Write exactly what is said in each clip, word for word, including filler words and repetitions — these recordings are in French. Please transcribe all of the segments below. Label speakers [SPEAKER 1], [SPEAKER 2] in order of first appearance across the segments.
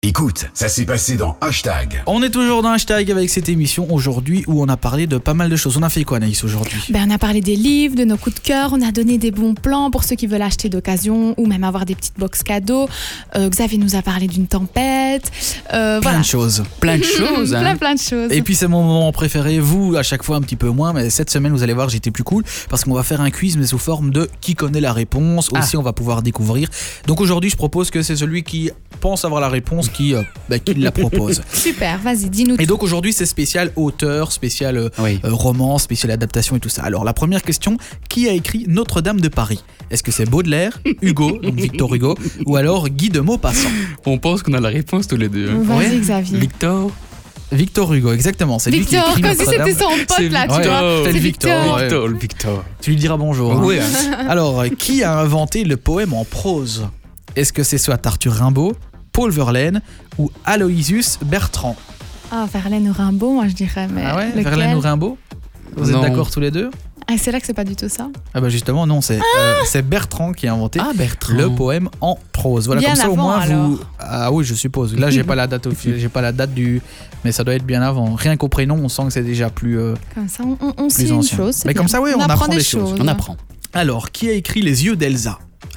[SPEAKER 1] Écoute, ça s'est passé dans Hashtag.
[SPEAKER 2] On est toujours dans Hashtag avec cette émission aujourd'hui où on a parlé de pas mal de choses. On a fait quoi, Anaïs, aujourd'hui?
[SPEAKER 3] Ben, on a parlé des livres, de nos coups de cœur, on a donné des bons plans pour ceux qui veulent acheter d'occasion ou même avoir des petites box cadeaux. Euh, Xavier nous a parlé d'une tempête. Euh,
[SPEAKER 2] Plein
[SPEAKER 3] voilà.
[SPEAKER 2] de choses.
[SPEAKER 4] Plein de choses.
[SPEAKER 3] plein,
[SPEAKER 4] Hein.
[SPEAKER 3] plein de choses.
[SPEAKER 2] Et puis c'est mon moment préféré, vous à chaque fois un petit peu moins, mais cette semaine vous allez voir j'étais plus cool parce qu'on va faire un quiz mais sous forme de qui connaît la réponse, aussi
[SPEAKER 4] Ah.
[SPEAKER 2] on va pouvoir découvrir. Donc aujourd'hui je propose que c'est celui qui pense avoir la réponse qui, euh, bah, qui la propose.
[SPEAKER 3] Super, vas-y, dis-nous
[SPEAKER 2] Et
[SPEAKER 3] tout.
[SPEAKER 2] donc aujourd'hui c'est spécial auteur, spécial euh,
[SPEAKER 4] Oui.
[SPEAKER 2] euh, roman, spécial adaptation et tout ça. Alors la première question, qui a écrit Notre-Dame de Paris? Est-ce que c'est Baudelaire, Hugo, donc Victor Hugo, ou alors Guy de Maupassant?
[SPEAKER 4] On pense qu'on a la réponse tous les deux. hein.
[SPEAKER 3] Vas-y,
[SPEAKER 2] Ouais.
[SPEAKER 3] Victor.
[SPEAKER 4] Victor.
[SPEAKER 2] Victor Hugo, exactement. C'est lui qui
[SPEAKER 3] Victor,
[SPEAKER 2] écrit
[SPEAKER 3] comme si
[SPEAKER 2] Notre-Dame.
[SPEAKER 3] c'était son pote
[SPEAKER 4] C'est
[SPEAKER 3] là, tu
[SPEAKER 2] Ouais,
[SPEAKER 3] vois.
[SPEAKER 2] c'est
[SPEAKER 3] C'est
[SPEAKER 2] le
[SPEAKER 3] Victor.
[SPEAKER 2] Victor, ouais.
[SPEAKER 4] Victor, le Victor.
[SPEAKER 2] Tu lui diras bonjour. hein.
[SPEAKER 4] Oui. hein.
[SPEAKER 2] Alors, euh, qui a inventé le poème en prose? Est-ce que c'est soit Arthur Rimbaud, Paul Verlaine ou Aloysius Bertrand?
[SPEAKER 3] Ah, Verlaine ou Rimbaud, moi je dirais. Mais
[SPEAKER 2] Ah ouais,
[SPEAKER 3] lequel?
[SPEAKER 2] Verlaine ou Rimbaud? Vous
[SPEAKER 4] Non.
[SPEAKER 2] êtes d'accord tous les deux?
[SPEAKER 3] Ah, c'est là que c'est pas du tout ça.
[SPEAKER 2] Ah bah justement non, c'est euh, c'est Bertrand qui a inventé
[SPEAKER 4] Ah, Bertrand.
[SPEAKER 2] le poème en prose. Voilà,
[SPEAKER 3] Bien
[SPEAKER 2] comme ça au
[SPEAKER 3] avant,
[SPEAKER 2] moins
[SPEAKER 3] alors.
[SPEAKER 2] vous. Ah oui, je suppose. Là, j'ai pas la date, offi- j'ai pas la date du, mais ça doit être bien avant. Rien qu'au prénom, on sent que c'est déjà plus. euh,
[SPEAKER 3] Comme ça, on, on, on
[SPEAKER 2] Plus
[SPEAKER 3] sait une
[SPEAKER 2] ancien.
[SPEAKER 3] chose. c'est
[SPEAKER 2] Mais
[SPEAKER 3] bien.
[SPEAKER 2] comme ça, oui, on apprend des choses.
[SPEAKER 4] On apprend.
[SPEAKER 2] Alors, qui a écrit Les Yeux d'Elsa?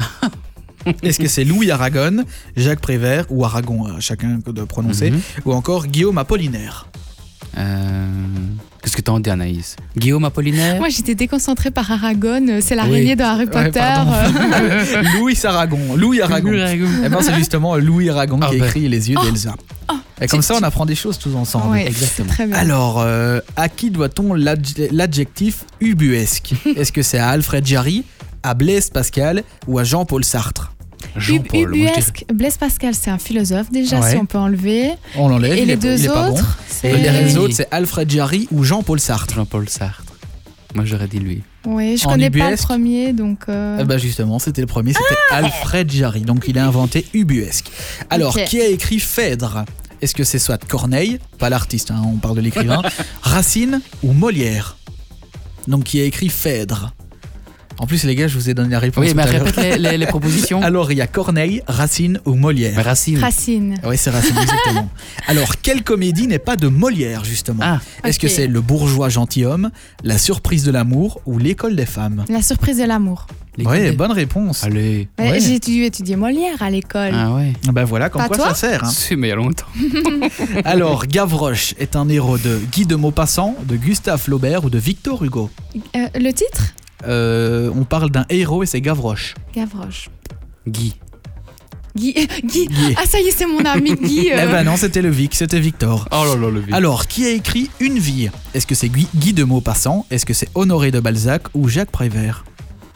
[SPEAKER 2] Est-ce que c'est Louis Aragon, Jacques Prévert ou Aragon, à chacun de prononcer,
[SPEAKER 4] Mhm.
[SPEAKER 2] ou encore Guillaume Apollinaire?
[SPEAKER 4] Euh, Qu'est-ce que t'en dis, Anaïs? Guillaume Apollinaire.
[SPEAKER 3] Moi j'étais déconcentrée par Aragon, euh, c'est l'araignée
[SPEAKER 4] Oui.
[SPEAKER 3] de Harry
[SPEAKER 2] Ouais,
[SPEAKER 3] Potter.
[SPEAKER 2] pardon.
[SPEAKER 3] euh.
[SPEAKER 2] Louis Aragon. Louis Aragon. Eh ben, c'est justement Louis Aragon
[SPEAKER 4] Ah
[SPEAKER 2] qui a
[SPEAKER 4] ben.
[SPEAKER 2] écrit Les Yeux d'Elsa. Et comme
[SPEAKER 3] tu-
[SPEAKER 2] ça, on apprend des choses tous ensemble.
[SPEAKER 3] Ouais, c'est
[SPEAKER 4] exactement.
[SPEAKER 3] très bien.
[SPEAKER 2] Alors, euh, à qui doit-on l'adj- l'adjectif ubuesque? Est-ce que c'est à Alfred Jarry, à Blaise Pascal ou à Jean-Paul Sartre?
[SPEAKER 4] Jean-Paul.
[SPEAKER 3] Ub-
[SPEAKER 4] moi, je dirais-
[SPEAKER 3] Ubuesque, Blaise Pascal, c'est un philosophe déjà,
[SPEAKER 2] Ouais.
[SPEAKER 3] si on peut enlever.
[SPEAKER 2] On l'enlève.
[SPEAKER 3] Et
[SPEAKER 2] il
[SPEAKER 3] les
[SPEAKER 2] est-
[SPEAKER 3] deux
[SPEAKER 2] il est pas bon.
[SPEAKER 3] autres,
[SPEAKER 2] Et
[SPEAKER 3] c'est.
[SPEAKER 2] les
[SPEAKER 4] Euh,
[SPEAKER 2] autres, c'est Alfred Jarry ou Jean-Paul Sartre.
[SPEAKER 4] Jean-Paul Sartre. Moi, j'aurais dit lui.
[SPEAKER 3] Oui, je
[SPEAKER 2] En
[SPEAKER 3] connais pas le
[SPEAKER 2] ubuesque.
[SPEAKER 3] premier, donc. euh,
[SPEAKER 2] Eh ben justement, c'était le premier, c'était Alfred Jarry. Donc il a inventé ubuesque. Alors,
[SPEAKER 3] Ok.
[SPEAKER 2] qui a écrit Phèdre? Est-ce que c'est soit Corneille, pas l'artiste, hein, on parle de l'écrivain, Racine ou Molière? Donc qui a écrit Phèdre? En plus, les gars, je vous ai donné la réponse.
[SPEAKER 4] Oui,
[SPEAKER 2] tout
[SPEAKER 4] mais
[SPEAKER 2] à l'heure.
[SPEAKER 4] répète les, les- les propositions.
[SPEAKER 2] Alors, il y a Corneille, Racine ou Molière.
[SPEAKER 4] Mais Racine.
[SPEAKER 3] Racine.
[SPEAKER 2] Oui, c'est Racine, exactement. Alors, quelle comédie n'est pas de Molière, justement?
[SPEAKER 4] Ah,
[SPEAKER 2] Est-ce que
[SPEAKER 3] ok.
[SPEAKER 2] c'est Le bourgeois gentilhomme, La surprise de l'amour ou L'école des femmes?
[SPEAKER 3] La surprise de l'amour.
[SPEAKER 4] les
[SPEAKER 2] Oui,
[SPEAKER 4] côtés.
[SPEAKER 2] bonne réponse.
[SPEAKER 4] Allez.
[SPEAKER 3] Ouais,
[SPEAKER 2] Ouais.
[SPEAKER 3] J'ai dû étudier Molière à l'école.
[SPEAKER 4] Ah ouais.
[SPEAKER 2] Ben voilà, comme
[SPEAKER 3] Pas
[SPEAKER 2] quoi
[SPEAKER 3] toi
[SPEAKER 2] ça sert. hein.
[SPEAKER 4] C'est mais il y a longtemps.
[SPEAKER 2] Alors, Gavroche est un héros de Guy de Maupassant, de Gustave Flaubert ou de Victor Hugo?
[SPEAKER 3] Euh, le titre
[SPEAKER 2] Euh, on parle d'un héros et c'est Gavroche.
[SPEAKER 3] Gavroche.
[SPEAKER 4] Guy.
[SPEAKER 3] Guy. Guy.
[SPEAKER 2] Guy.
[SPEAKER 3] Ah, ça y est, c'est mon ami Guy. euh.
[SPEAKER 2] Eh ben non, c'était le Vic, c'était Victor.
[SPEAKER 4] Oh là là, le Vic.
[SPEAKER 2] Alors, qui a écrit Une vie? Est-ce que c'est Guy, Guy de Maupassant? Est-ce que c'est Honoré de Balzac ou Jacques Prévert?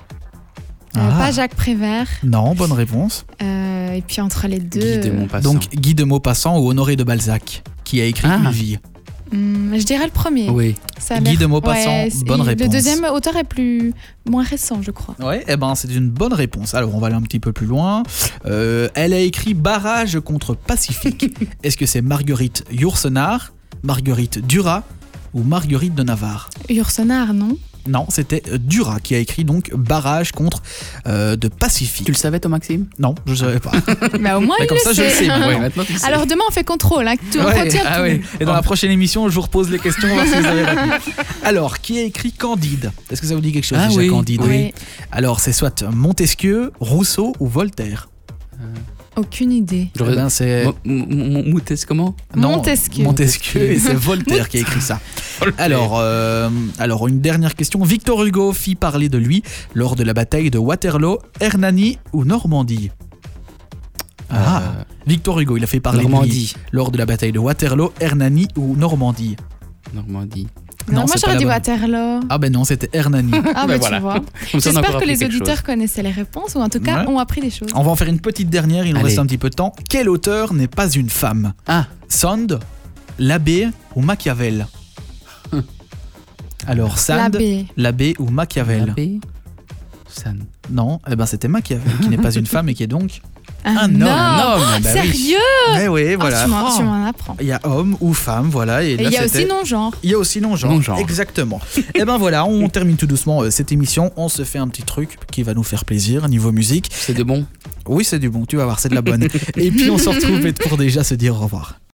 [SPEAKER 3] Euh,
[SPEAKER 2] Ah.
[SPEAKER 3] Pas Jacques Prévert.
[SPEAKER 2] Non, bonne réponse.
[SPEAKER 3] Euh, et puis entre les deux.
[SPEAKER 4] Guy de
[SPEAKER 3] euh,
[SPEAKER 4] Maupassant.
[SPEAKER 2] Donc, Guy de Maupassant ou Honoré de Balzac, qui a écrit
[SPEAKER 4] Ah.
[SPEAKER 2] Une vie.
[SPEAKER 3] hum, je dirais le premier.
[SPEAKER 4] Oui.
[SPEAKER 3] Ça a
[SPEAKER 2] Guy
[SPEAKER 3] l'air-
[SPEAKER 2] de Maupassant,
[SPEAKER 3] Ouais, c'est-
[SPEAKER 2] bonne
[SPEAKER 3] Le
[SPEAKER 2] réponse.
[SPEAKER 3] deuxième auteur est plus moins récent, je crois.
[SPEAKER 2] Ouais, eh ben c'est une bonne réponse. Alors on va aller un petit peu plus loin. Euh, elle a écrit Barrage contre Pacifique. Est-ce que c'est Marguerite Yourcenar, Marguerite Duras ou Marguerite de Navarre?
[SPEAKER 3] Yourcenar, non?
[SPEAKER 2] Non, c'était euh, Duras qui a écrit donc Barrage contre euh, de Pacifique.
[SPEAKER 4] Tu le savais, toi, Maxime?
[SPEAKER 2] Non, je ne savais pas.
[SPEAKER 3] Bah, au moins,
[SPEAKER 2] Mais
[SPEAKER 3] il
[SPEAKER 2] comme
[SPEAKER 3] le
[SPEAKER 2] ça, je le sais.
[SPEAKER 3] sait.
[SPEAKER 2] maintenant.
[SPEAKER 4] Ouais, maintenant tu le sais.
[SPEAKER 3] Alors demain, on fait contrôle. Hein, que tu
[SPEAKER 2] Ouais,
[SPEAKER 3] retiens
[SPEAKER 4] ah
[SPEAKER 3] tout.
[SPEAKER 4] ouais.
[SPEAKER 2] Et dans la prochaine émission, je vous repose les questions, on va voir si vous avez la réponse. Alors, qui a écrit Candide? Est-ce que ça vous dit quelque chose
[SPEAKER 4] Ah
[SPEAKER 2] déjà,
[SPEAKER 4] oui,
[SPEAKER 2] Candide?
[SPEAKER 3] Oui.
[SPEAKER 2] Alors, c'est soit Montesquieu, Rousseau ou Voltaire?
[SPEAKER 3] Aucune idée.
[SPEAKER 2] Eh ben, c'est...
[SPEAKER 4] Mo- mo- mo- Moutès, comment?
[SPEAKER 2] Non,
[SPEAKER 3] Montesquieu.
[SPEAKER 2] Montesquieu, et c'est Voltaire qui a écrit ça. Alors, euh, alors, une dernière question. Victor Hugo fit parler de lui lors de la bataille de Waterloo, Hernani ou Normandie? Ah,
[SPEAKER 4] Euh,
[SPEAKER 2] Victor Hugo, il a fait parler de lui
[SPEAKER 4] Normandie.
[SPEAKER 2] lors de la bataille de Waterloo, Hernani ou Normandie?
[SPEAKER 4] Normandie.
[SPEAKER 3] Non, moi
[SPEAKER 2] c'est pas
[SPEAKER 3] j'aurais
[SPEAKER 2] la
[SPEAKER 3] dit
[SPEAKER 2] bonne.
[SPEAKER 3] Waterloo.
[SPEAKER 2] Ah ben non, c'était Hernani.
[SPEAKER 3] Ah,
[SPEAKER 4] Ben
[SPEAKER 3] bah
[SPEAKER 4] voilà.
[SPEAKER 3] tu vois.
[SPEAKER 4] Comme ça, on a
[SPEAKER 3] J'espère
[SPEAKER 4] encore
[SPEAKER 3] que
[SPEAKER 4] appris
[SPEAKER 3] les
[SPEAKER 4] quelque
[SPEAKER 3] auditeurs
[SPEAKER 4] chose.
[SPEAKER 3] connaissaient les réponses ou en tout cas
[SPEAKER 2] Ouais.
[SPEAKER 3] ont appris des choses.
[SPEAKER 2] On va en faire une petite dernière, il nous
[SPEAKER 4] Allez.
[SPEAKER 2] reste un petit peu de temps. Quel auteur n'est pas une femme?
[SPEAKER 4] Ah,
[SPEAKER 2] Sand, Labbé ou Machiavel? Alors, Sand,
[SPEAKER 3] L'abbé.
[SPEAKER 2] Labbé ou Machiavel?
[SPEAKER 4] L'abbé. San.
[SPEAKER 2] Non, eh ben c'était Machiavel qui n'est pas une femme et qui est donc
[SPEAKER 3] Un,
[SPEAKER 2] Un homme.
[SPEAKER 3] homme.
[SPEAKER 4] Un homme, bah oui.
[SPEAKER 3] Sérieux?
[SPEAKER 2] Mais oui,
[SPEAKER 3] Ah,
[SPEAKER 2] voilà.
[SPEAKER 3] tu m'en- tu m'en apprends.
[SPEAKER 2] Il y a homme ou femme, voilà. Et,
[SPEAKER 3] Et
[SPEAKER 2] là,
[SPEAKER 3] il y a
[SPEAKER 2] c'était-
[SPEAKER 3] aussi non-genre.
[SPEAKER 2] Il y a aussi non-genre.
[SPEAKER 4] Non-genre.
[SPEAKER 2] Exactement. Et ben voilà, on termine tout doucement euh, cette émission. On se fait un petit truc qui va nous faire plaisir niveau musique.
[SPEAKER 4] C'est de bon.
[SPEAKER 2] Oui, c'est du bon, tu vas voir, c'est de la bonne. Et puis on se retrouve pour déjà se dire au revoir.